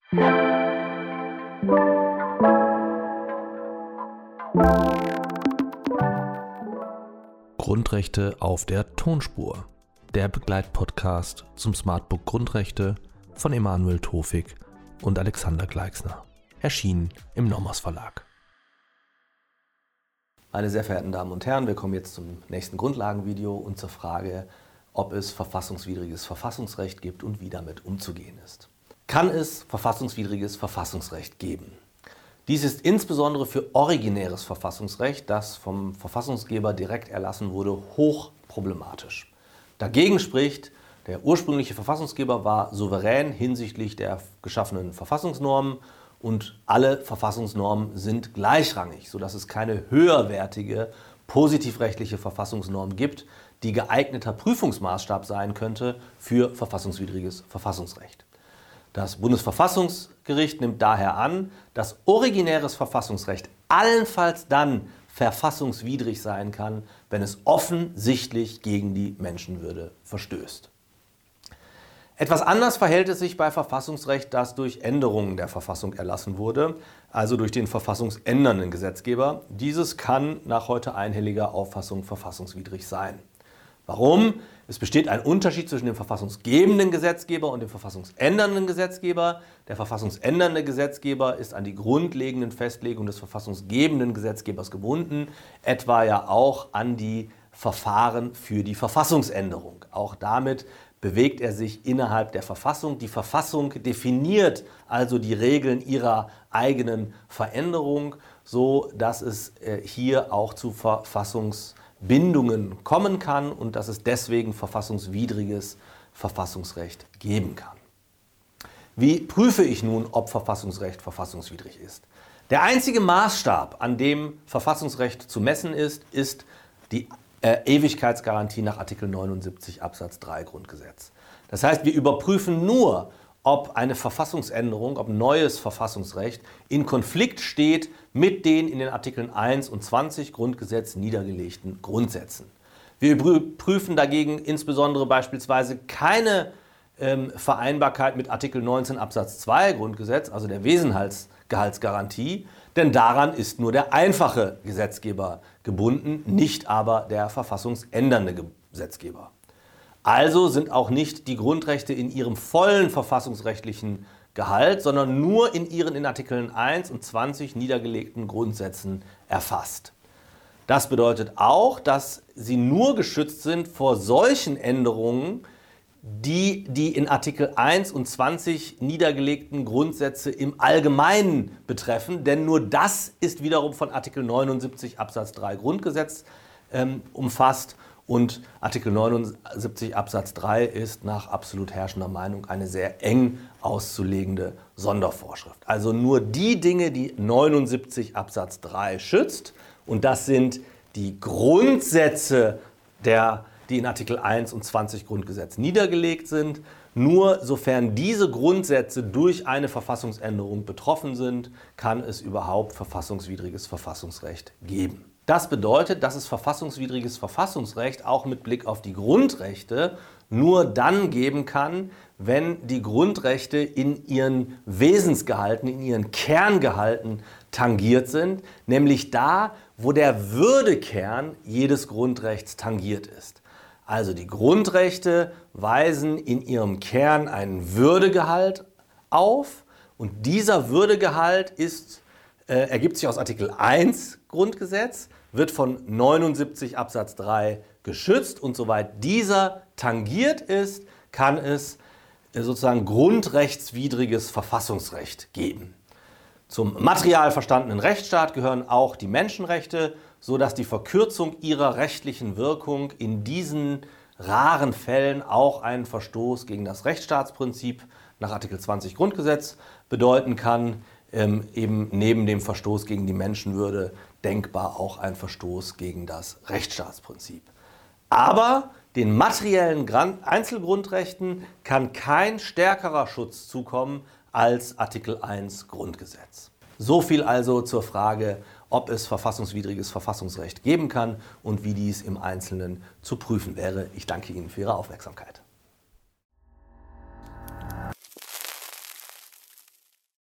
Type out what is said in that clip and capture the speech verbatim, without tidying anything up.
Grundrechte auf der Tonspur. Der Begleitpodcast zum Smartbook Grundrechte von Emanuel Tofik und Alexander Gleixner. Erschienen im Nomos Verlag. Meine sehr verehrten Damen und Herren, wir kommen jetzt zum nächsten Grundlagenvideo und zur Frage, ob es verfassungswidriges Verfassungsrecht gibt und wie damit umzugehen ist. Kann es verfassungswidriges Verfassungsrecht geben? Dies ist insbesondere für originäres Verfassungsrecht, das vom Verfassungsgeber direkt erlassen wurde, hochproblematisch. Dagegen spricht, der ursprüngliche Verfassungsgeber war souverän hinsichtlich der geschaffenen Verfassungsnormen und alle Verfassungsnormen sind gleichrangig, sodass es keine höherwertige positivrechtliche Verfassungsnorm gibt, die geeigneter Prüfungsmaßstab sein könnte für verfassungswidriges Verfassungsrecht. Das Bundesverfassungsgericht nimmt daher an, dass originäres Verfassungsrecht allenfalls dann verfassungswidrig sein kann, wenn es offensichtlich gegen die Menschenwürde verstößt. Etwas anders verhält es sich bei Verfassungsrecht, das durch Änderungen der Verfassung erlassen wurde, also durch den verfassungsändernden Gesetzgeber. Dieses kann nach heute einhelliger Auffassung verfassungswidrig sein. Warum? Es besteht ein Unterschied zwischen dem verfassungsgebenden Gesetzgeber und dem verfassungsändernden Gesetzgeber. Der verfassungsändernde Gesetzgeber ist an die grundlegenden Festlegungen des verfassungsgebenden Gesetzgebers gebunden, etwa ja auch an die Verfahren für die Verfassungsänderung. Auch damit bewegt er sich innerhalb der Verfassung. Die Verfassung definiert also die Regeln ihrer eigenen Veränderung, so dass es hier auch zu Verfassungsbindungen kommen kann und dass es deswegen verfassungswidriges Verfassungsrecht geben kann. Wie prüfe ich nun, ob Verfassungsrecht verfassungswidrig ist? Der einzige Maßstab, an dem Verfassungsrecht zu messen ist, ist die Äh, Ewigkeitsgarantie nach Artikel neunundsiebzig Absatz drei Grundgesetz. Das heißt, wir überprüfen nur, ob eine Verfassungsänderung, ob neues Verfassungsrecht in Konflikt steht mit den in den Artikeln eins und zwanzig Grundgesetz niedergelegten Grundsätzen. Wir prüfen dagegen insbesondere beispielsweise keine ähm, Vereinbarkeit mit Artikel neunzehn Absatz zwei Grundgesetz, also der Wesenheitsgehaltsgarantie, denn daran ist nur der einfache Gesetzgeber gebunden, nicht aber der verfassungsändernde Gesetzgeber. Also sind auch nicht die Grundrechte in ihrem vollen verfassungsrechtlichen Gehalt, sondern nur in ihren in Artikeln eins und zwanzig niedergelegten Grundsätzen erfasst. Das bedeutet auch, dass sie nur geschützt sind vor solchen Änderungen, die die in Artikel eins und zwanzig niedergelegten Grundsätze im Allgemeinen betreffen, denn nur das ist wiederum von Artikel neunundsiebzig Absatz drei Grundgesetz ähm, umfasst und Artikel neunundsiebzig Absatz drei ist nach absolut herrschender Meinung eine sehr eng auszulegende Sondervorschrift. Also nur die Dinge, die neunundsiebzig Absatz drei schützt, und das sind die Grundsätze der die in Artikel eins und zwanzig Grundgesetz niedergelegt sind. Nur sofern diese Grundsätze durch eine Verfassungsänderung betroffen sind, kann es überhaupt verfassungswidriges Verfassungsrecht geben. Das bedeutet, dass es verfassungswidriges Verfassungsrecht auch mit Blick auf die Grundrechte nur dann geben kann, wenn die Grundrechte in ihren Wesensgehalten, in ihren Kerngehalten tangiert sind, nämlich da, wo der Würdekern jedes Grundrechts tangiert ist. Also die Grundrechte weisen in ihrem Kern einen Würdegehalt auf und dieser Würdegehalt ist, äh, ergibt sich aus Artikel eins Grundgesetz, wird von neunundsiebzig Absatz drei geschützt und soweit dieser tangiert ist, kann es äh, sozusagen grundrechtswidriges Verfassungsrecht geben. Zum material verstandenen Rechtsstaat gehören auch die Menschenrechte, sodass die Verkürzung ihrer rechtlichen Wirkung in diesen raren Fällen auch einen Verstoß gegen das Rechtsstaatsprinzip nach Artikel zwanzig Grundgesetz bedeuten kann, ähm, eben neben dem Verstoß gegen die Menschenwürde denkbar auch ein Verstoß gegen das Rechtsstaatsprinzip. Aber den materiellen Einzelgrundrechten kann kein stärkerer Schutz zukommen als Artikel eins Grundgesetz. So viel also zur Frage, ob es verfassungswidriges Verfassungsrecht geben kann und wie dies im Einzelnen zu prüfen wäre. Ich danke Ihnen für Ihre Aufmerksamkeit.